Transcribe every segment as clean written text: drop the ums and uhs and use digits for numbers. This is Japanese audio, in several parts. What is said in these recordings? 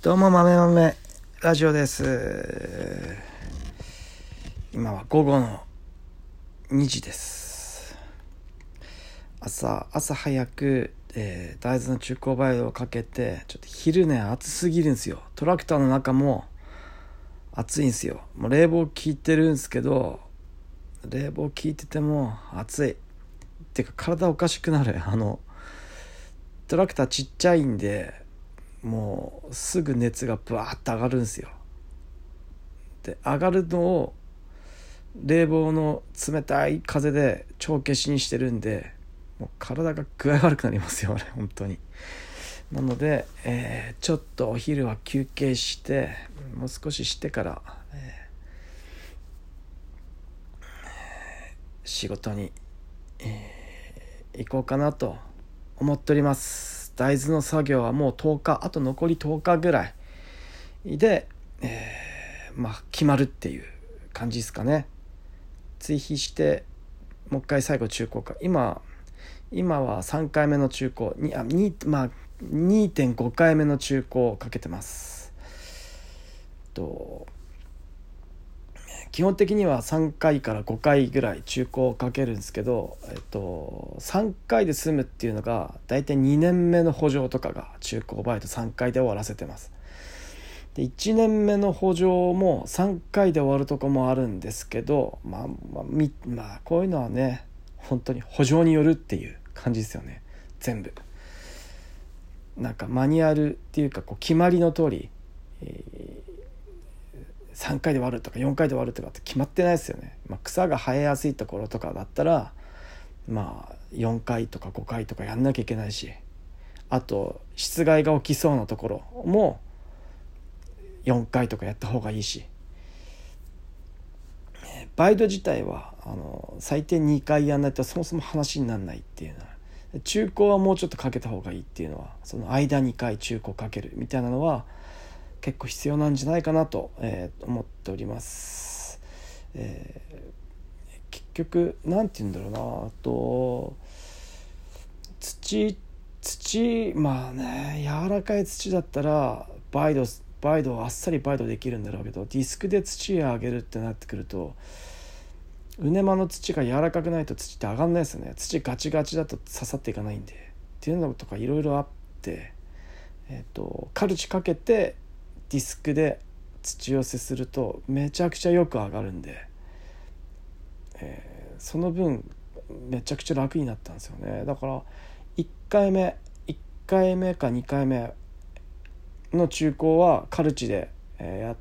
どうも豆豆ラジオです。今は午後の2時です。朝早く、大豆の中高バイオをかけて、ちょっと昼ね暑すぎるんですよ。トラクターの中も暑いんですよ。もう冷房効いてるんですけど、冷房効いてても暑いってか体おかしくなる。トラクターちっちゃいんで、もうすぐ熱がブワーッと上がるんですよ。で上がるのを冷房の冷たい風で帳消しにしてるんで、もう体が具合悪くなりますよ、あれ本当に。なので、ちょっとお昼は休憩して、もう少ししてから、仕事に、行こうかなと思っております。大豆の作業はもう10日、あと残り10日ぐらいで、決まるっていう感じですかね。追肥してもう一回最後中古か、今は3回目の中古に2.5 回目の中古をかけてます。基本的には3回から5回ぐらい中古をかけるんですけど、3回で済むっていうのがだいたい2年目の補助とかが中古バイト3回で終わらせてます。で1年目の補助も3回で終わるとこもあるんですけど、こういうのはね本当に補助によるっていう感じですよね。全部なんかマニュアルっていうか決まりの通り、3回で終わるとか4回で終わるとかって決まってないですよね。草が生えやすいところとかだったら4回とか5回とかやんなきゃいけないし、あと湿害が起きそうなところも4回とかやった方がいいし、バイト自体は最低2回やんないとそもそも話にならないっていうのは、中古はもうちょっとかけた方がいいっていうのは、その間2回中古かけるみたいなのは結構必要なんじゃないかなと、思っております。結局なんて言うんだろうな、土柔らかい土だったらバイドあっさりバイドできるんだろうけど、ディスクで土を上げるってなってくると、うねまの土が柔らかくないと土って上がんないですよね。土ガチガチだと刺さっていかないんでっていうのとかいろいろあって、カルチかけてディスクで土寄せするとめちゃくちゃよく上がるんで、その分めちゃくちゃ楽になったんですよね。だから1回目か2回目の中古はカルチでやって、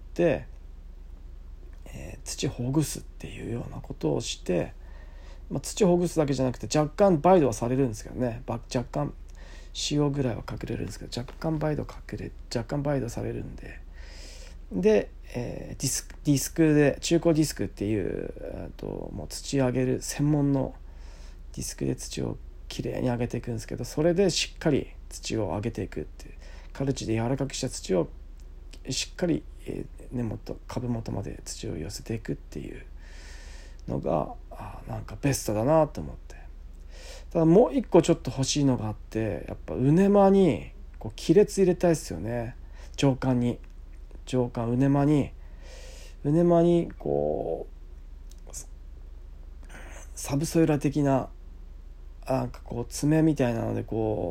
土ほぐすっていうようなことをして、土ほぐすだけじゃなくて若干バイドはされるんですけどね、若干塩ぐらいはかけれるんですけど、若干バイドされるんで、ディスクで中古ディスクっていうもう土上げる専門のディスクで土をきれいに上げていくんですけど、それでしっかり土を上げていくっていう、カルチで柔らかくした土をしっかり根元株元まで土を寄せていくっていうのがなんかベストだなと思って。ただもう一個ちょっと欲しいのがあって、やっぱうねまに亀裂入れたいですよね。上巻うねまにサブソイラ的な爪みたいなので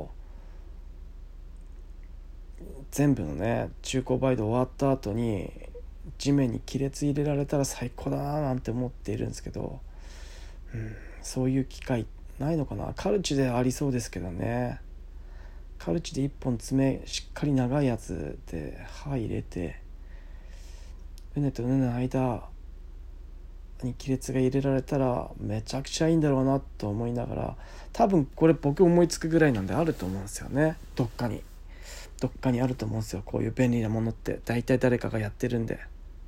全部のね中古バイト終わった後に地面に亀裂入れられたら最高だななんて思っているんですけど、そういう機会ないのかな。カルチでありそうですけどね。カルチで1本爪しっかり長いやつで刃入れて、うねとうねの間に亀裂が入れられたらめちゃくちゃいいんだろうなと思いながら、多分これ僕思いつくぐらいなんであると思うんですよね。どっかにあると思うんですよ。こういう便利なものって大体誰かがやってるんで、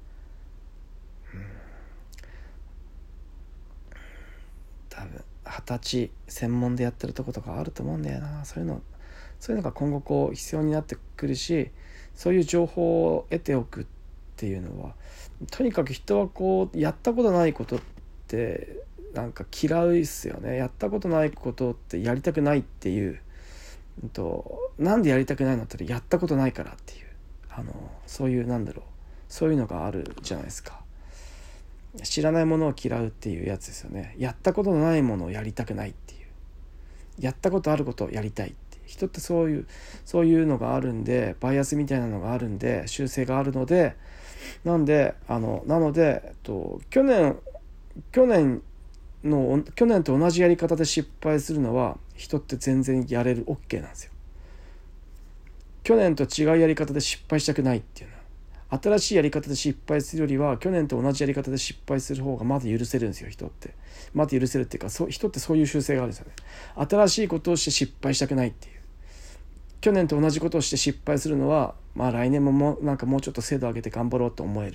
多分20歳専門でやってるとことかあると思うんだよな。そういうのが今後必要になってくるし、そういう情報を得ておくっていうのは、とにかく人はやったことないことってなんか嫌いっすよね。やったことないことってやりたくないっていう、なんでやりたくないのってやったことないからっていう、 そういうそういうのがあるじゃないですか。知らないものを嫌うっていうやつですよね。やったことのないものをやりたくないっていう、やったことあることをやりたいっていう、人ってそういうのがあるんで、バイアスみたいなのがあるんで、習性があるので、なので去年と同じやり方で失敗するのは人って全然やれる OK なんですよ。去年と違うやり方で失敗したくないっていうのは、新しいやり方で失敗するよりは去年と同じやり方で失敗する方がまだ許せるんですよ。人ってまだ許せるっていうか、人ってそういう習性があるんですよね。新しいことをして失敗したくないっていう、去年と同じことをして失敗するのは、来年ももうちょっと精度上げて頑張ろうと思える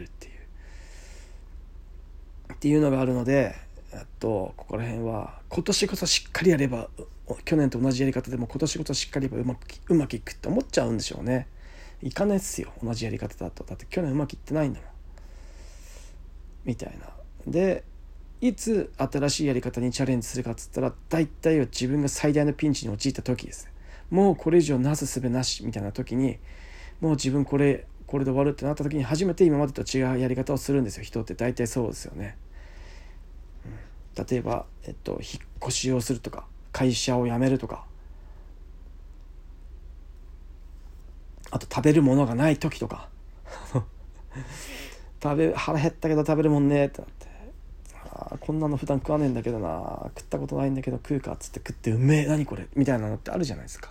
っていうのがあるので、ここら辺は今年こそしっかりやれば、去年と同じやり方でも今年こそしっかりやればうまくいくって思っちゃうんでしょうね。いかないっすよ、同じやり方だと。だって去年うまくいってないんだもんみたいな。でいつ新しいやり方にチャレンジするかっつったら、大体は自分が最大のピンチに陥った時ですね。もうこれ以上なすすべなしみたいな時に、もう自分これで終わるってなった時に初めて今までと違うやり方をするんですよ。人って大体そうですよね。例えば、引っ越しをするとか、会社を辞めるとか、あと食べるものがない時とか腹減ったけど食べるもんねってなって、こんなの普段食わねえんだけどな、食ったことないんだけど食うかっつって食って、うめえ何これみたいなのってあるじゃないですか。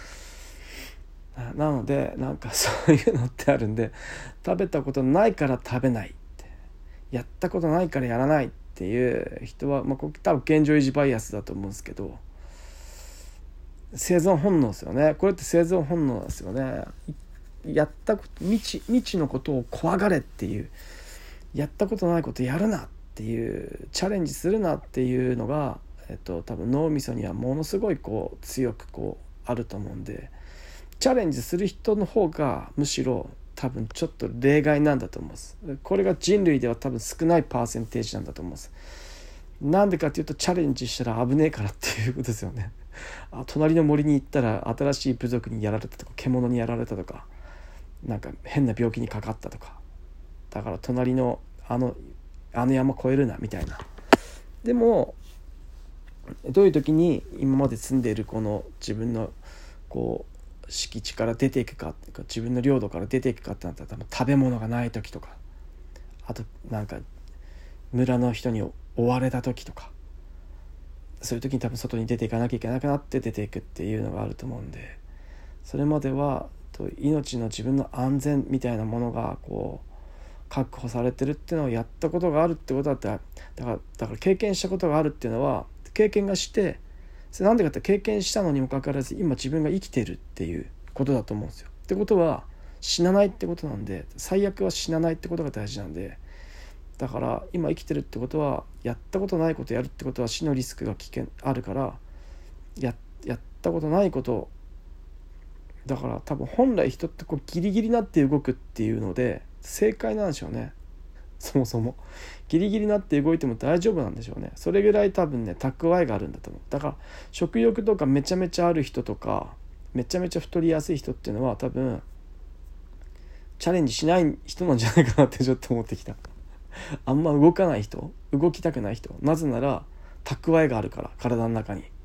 なのでそういうのってあるんで、食べたことないから食べないって、やったことないからやらないっていう人は、これ多分現状維持バイアスだと思うんですけど、生存本能ですよね。これって生存本能ですよね。やったこと未知のことを怖がれっていう、やったことないことやるなっていう、チャレンジするなっていうのが、多分脳みそにはものすごい強くあると思うんで、チャレンジする人の方がむしろ多分ちょっと例外なんだと思うんです。これが人類では多分少ないパーセンテージなんだと思うんです。なんでかっていうと、チャレンジしたら危ねえからっていうことですよね。隣の森に行ったら新しい部族にやられたとか、獣にやられたとか、変な病気にかかったとか、だから隣のあの山越えるなみたいな。でもどういう時に今まで住んでいるこの自分の敷地から出ていくかっていうか、自分の領土から出ていくかってなったら、多分食べ物がない時とか、あと村の人に追われた時とか、そういう時に多分外に出ていかなきゃいけなくなって出ていくっていうのがあると思うんで、それまでは命の自分の安全みたいなものが確保されてるっていうのをやったことがあるってことだから経験したことがあるっていうのは、経験がして、それなんでかって経験したのにもかかわらず今自分が生きてるっていうことだと思うんですよ。ってことは死なないってことなんで、最悪は死なないってことが大事なんで、だから今生きてるってことは、やったことないことやるってことは死のリスクがあるから、やったことないことだから、多分本来人ってギリギリになって動くっていうので正解なんでしょうね。そもそもギリギリになって動いても大丈夫なんでしょうね。それぐらい多分ね、蓄えがあるんだと思う。だから食欲とかめちゃめちゃある人とか、めちゃめちゃ太りやすい人っていうのは多分チャレンジしない人なんじゃないかなってちょっと思ってきた。あんま動かない人、動きたくない人、なぜなら蓄えがあるから、体の中に。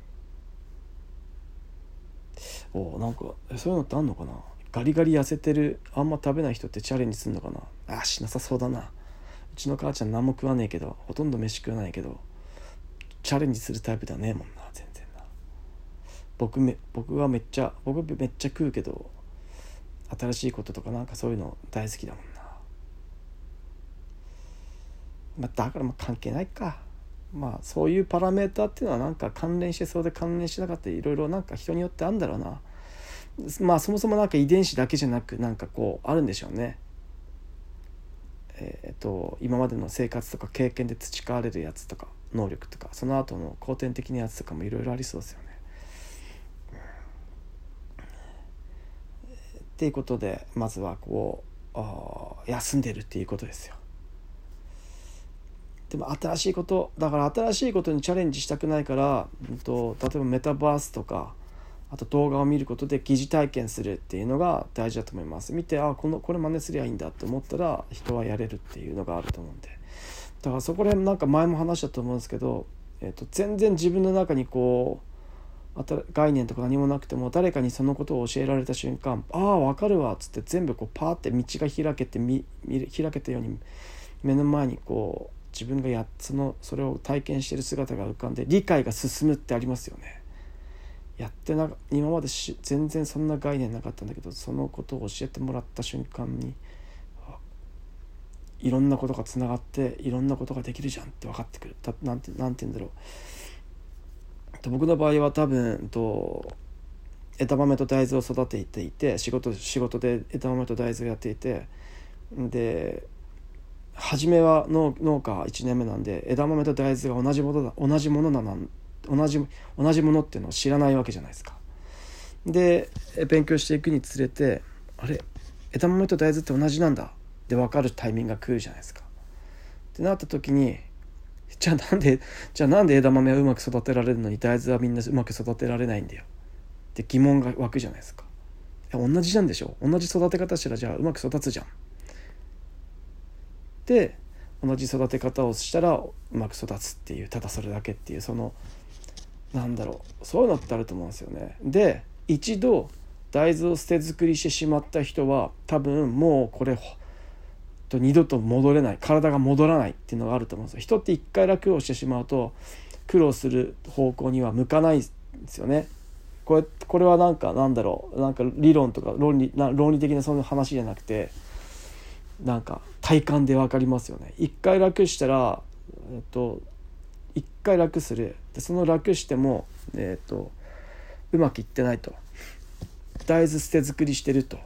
そういうのってあんのかな。ガリガリ痩せてる、あんま食べない人ってチャレンジするのかな。しなさそうだな。うちの母ちゃん何も食わねえけど、ほとんど飯食わないけどチャレンジするタイプではねえもんな、全然な。僕めっちゃ食うけど、新しいこととかそういうの大好きだもんな。だから関係ないか。そういうパラメーターっていうのは関連してそうで関連しなかったり、いろいろ人によってあるんだろうな。そもそも遺伝子だけじゃなくあるんでしょうね。今までの生活とか経験で培われるやつとか能力とか、その後の後天的なやつとかもいろいろありそうですよね。っていうことで、まずは休んでるっていうことですよ。でも新しいことにチャレンジしたくないから、例えばメタバースとかあと動画を見ることで疑似体験するっていうのが大事だと思います。見てこれ真似すりゃいいんだって思ったら人はやれるっていうのがあると思うんで、だからそこら辺なんか前も話したと思うんですけど、全然自分の中に概念とか何もなくても誰かにそのことを教えられた瞬間、分かるわっつって全部パーって道が開けて開けたように目の前に自分がそれを体験している姿が浮かんで理解が進むってありますよね。今まで全然そんな概念なかったんだけど、そのことを教えてもらった瞬間にいろんなことがつながっていろんなことができるじゃんって分かってくる。なんて言うんだろう。僕の場合は多分枝豆と大豆を育てていて仕事で枝豆と大豆をやっていて、で初めは農家1年目なんで枝豆と大豆が同じものっていうのを知らないわけじゃないですか。で勉強していくにつれて枝豆と大豆って同じなんだって分かるタイミングが来るじゃないですか。ってなった時にじゃあなんで枝豆はうまく育てられるのに大豆はみんなうまく育てられないんだよって疑問が湧くじゃないですか。同じなんでしょ、同じ育て方したらじゃあうまく育つじゃんで、同じ育て方をしたらうまく育つっていう、ただそれだけっていう、そういうのってあると思うんですよね。で一度大豆を捨て作りしてしまった人は多分もうこれ二度と戻れない、体が戻らないっていうのがあると思うんですよ。人って一回楽をしてしまうと苦労する方向には向かないんですよね。これはなんか理論とか論理的なその話じゃなくて、なんか体感で分かりますよね。一回楽したら一回楽する。でその楽してもうまくいってないと、大豆捨て作りしてると。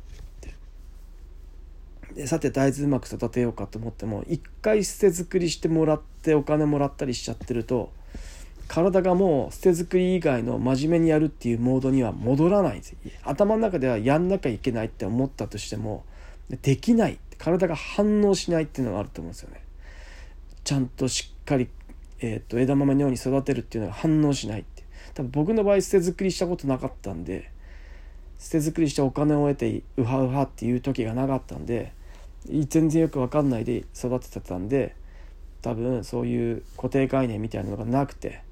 でさて大豆うまく育てようかと思っても一回捨て作りしてもらってお金もらったりしちゃってると、体がもう捨て作り以外の真面目にやるっていうモードには戻らないんですよ。頭の中ではやんなきゃいけないって思ったとしてもできない、体が反応しないっていうのがあると思うんですよね。ちゃんとしっかり、枝豆のように育てるっていうのが反応しないって。多分僕の場合捨て作りしたことなかったんで、捨て作りしてお金を得てウハウハっていう時がなかったんで、全然よく分かんないで育ててたんで、多分そういう固定概念みたいなのがなくて、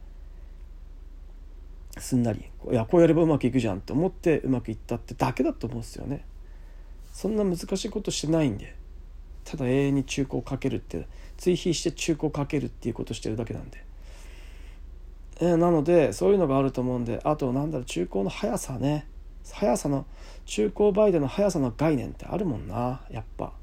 すんなりこうやればうまくいくじゃんと思ってうまくいったってだけだと思うんですよね。そんな難しいことしてないんで、ただ永遠に中古をかけるって追肥して中古をかけるっていうことをしてるだけなんで、なのでそういうのがあると思うんで、あと中古の速さの中古売での速さの概念ってあるもんな。やっぱ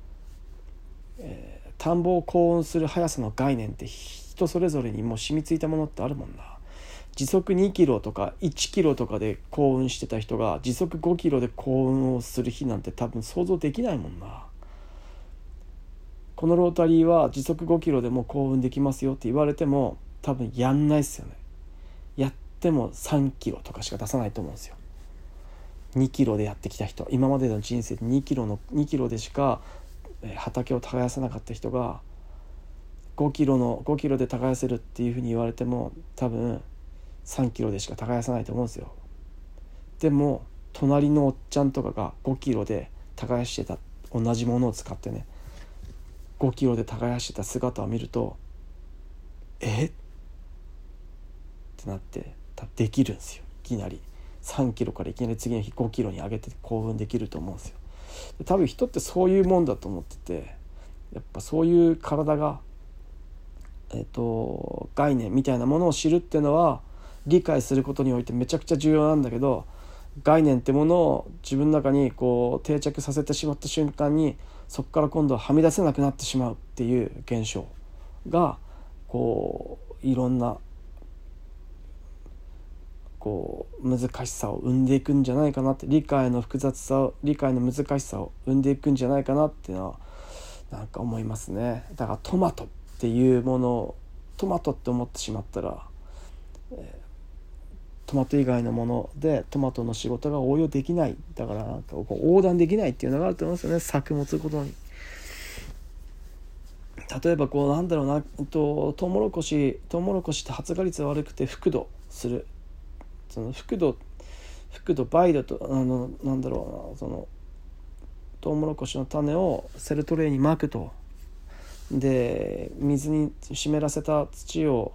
田んぼを耕運する速さの概念って人それぞれにもう染みついたものってあるもんな。時速2キロとか1キロとかで耕運してた人が時速5キロで耕運をする日なんて多分想像できないもんな。このロータリーは時速5キロでも耕運できますよって言われても多分やんないっすよね。やっても3キロとかしか出さないと思うんですよ。2キロでやってきた人、今までの人生で2キロでしか畑を耕さなかった人が5キロで耕せるっていうふうに言われても多分3キロでしか耕さないと思うんですよ。でも隣のおっちゃんとかが5キロで耕してた同じものを使ってね5キロで耕してた姿を見るとってなってできるんですよ。いきなり3キロからいきなり次の日5キロに上げて興奮できると思うんですよ。多分人ってそういうもんだと思ってて、やっぱそういう体が概念みたいなものを知るっていうのは理解することにおいてめちゃくちゃ重要なんだけど、概念ってものを自分の中に定着させてしまった瞬間にそこから今度ははみ出せなくなってしまうっていう現象がいろんな難しさを生んでいくんじゃないかなって、理解の難しさを生んでいくんじゃないかなっていうのはなんか思いますね。だからトマトっていうものをトマトって思ってしまったら、トマト以外のものでトマトの仕事が応用できない、だからなんか横断できないっていうのがあると思うんですよね。作物ごとに例えばトウモロコシって発芽率悪くて覆土する、その覆土覆土バイドとなんだろうな、そのトウモロコシの種をセルトレイにまくと、で水に湿らせた土を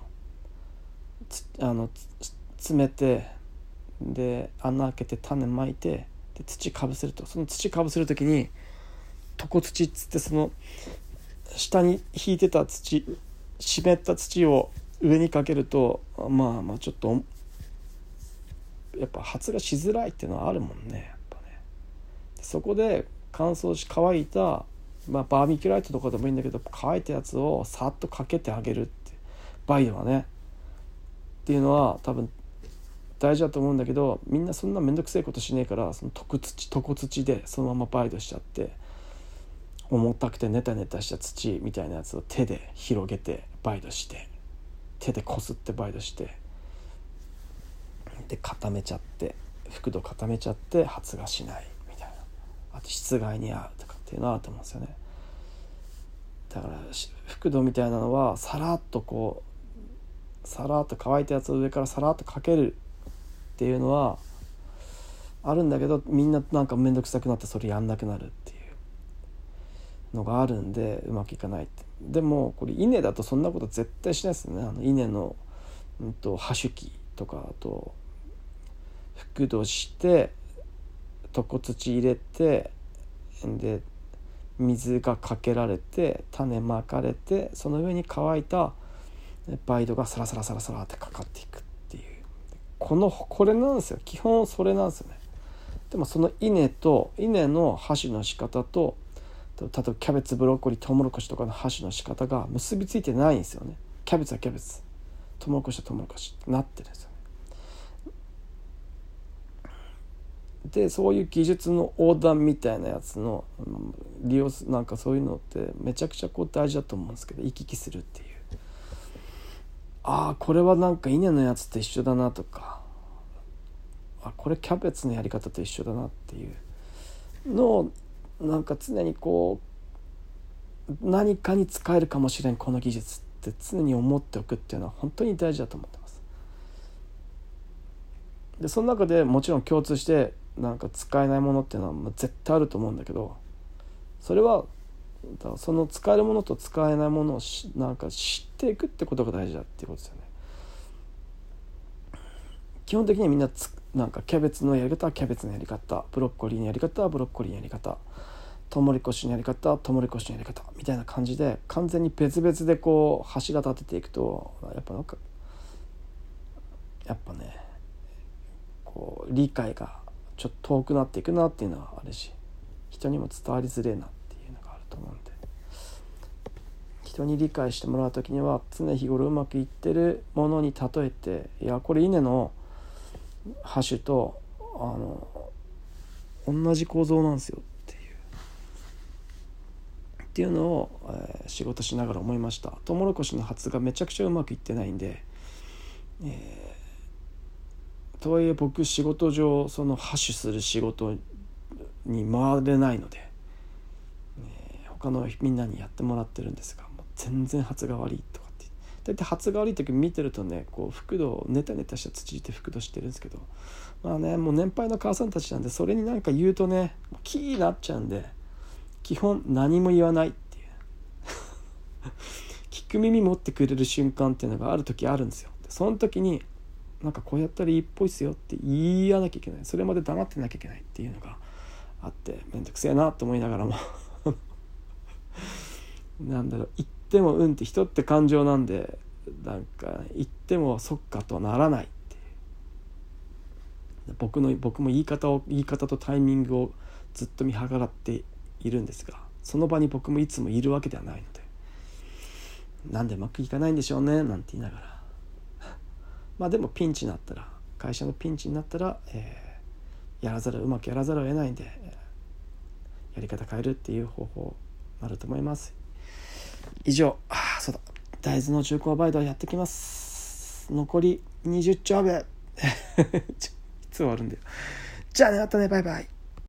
詰めて、で穴開けて種まいて、で土かぶせると、その土かぶせる時に床土っつって、その下に引いてた土、湿った土を上にかけると、まあちょっとやっぱ発芽しづらいっていうのはあるもんね、やっぱね。そこで乾燥し乾いた、バーミキュライトとかでもいいんだけど、乾いたやつをさっとかけてあげるって、バイオはねっていうのは多分大事だと思うんだけど、みんなそんなめんどくせえことしねえから、その床土でそのままバイドしちゃって、重たくてネタネタした土みたいなやつを手で広げてバイドして、手でこすってバイドして、で固めちゃって、覆土固めちゃって発芽しないみたいな、あと湿害に合うとかっていうのはあると思うんですよね。だから覆土みたいなのはさらっと乾いたやつを上からさらっとかけるっていうのはあるんだけど、みんななんかめんどくさくなってそれやんなくなるっていうのがあるんで、うまくいかないって。でもこれ稲だとそんなこと絶対しないですよね。稲の葉種期とか、あと覆土して床土入れて、で水がかけられて種まかれて、その上に乾いたバイドがサラサラサラサラってかかっていくっていう、これなんですよ、基本それなんですよね。でもその稲の葉種の仕方と、例えばキャベツ、ブロッコリー、トウモロコシとかの葉種の仕方が結びついてないんですよね。キャベツはキャベツ、トウモロコシはトウモロコシってなってるんですよね。でそういう技術の横断みたいなやつの利用す、なんかそういうのってめちゃくちゃ大事だと思うんですけど、行き来するっていう、これはなんか稲のやつと一緒だなとか、これキャベツのやり方と一緒だなっていうのを、なんか常に何かに使えるかもしれんこの技術って常に思っておくっていうのは本当に大事だと思ってます。でその中でもちろん共通してなんか使えないものっていうのは絶対あると思うんだけど、それはその使えるものと使えないものをなんか知っていくってことが大事だっていうことですよね。基本的にはみんななんかキャベツのやり方はキャベツのやり方、ブロッコリーのやり方はブロッコリーのやり方、トウモロコシのやり方はトウモロコシのやり方みたいな感じで、完全に別々で橋が立てていくと、やっぱね理解がちょっと遠くなっていくなっていうのはあるし、人にも伝わりづれえなっていうのがあると思うんで、人に理解してもらうときには常日頃うまくいってるものに例えて、いやこれ稲の葉種と同じ構造なんですよっていうのを、仕事しながら思いました。トウモロコシの発芽めちゃくちゃうまくいってないんで、とはいえ僕仕事上そのハッシュする仕事に回れないので、他のみんなにやってもらってるんですが、もう全然発芽悪いとかって、だいたい発芽悪い時見てるとね、覆土ネタネタした土で覆土してるんですけど、もう年配の母さんたちなんで、それになんか言うとねキーになっちゃうんで、基本何も言わないっていう聞く耳持ってくれる瞬間っていうのがある時あるんですよ。でその時になんかこうやったらいいっぽいっすよって言わなきゃいけない、それまで黙ってなきゃいけないっていうのがあって、めんどくせえなと思いながらもなんだろう、言ってもって人って感情なんで、なんか言ってもそっかとはならないっていう、僕も言い方とタイミングをずっと見計らっているんですが、その場に僕もいつもいるわけではないので、なんでうまくいかないんでしょうねなんて言いながらでもピンチになったら、会社のピンチになったら、うまくやらざるを得ないんで、やり方変えるっていう方法になると思います。以上、そうだ、大豆の重工バイトやってきます。残り20兆目いつ終わるんだよ。じゃあね、またね、バイバイ。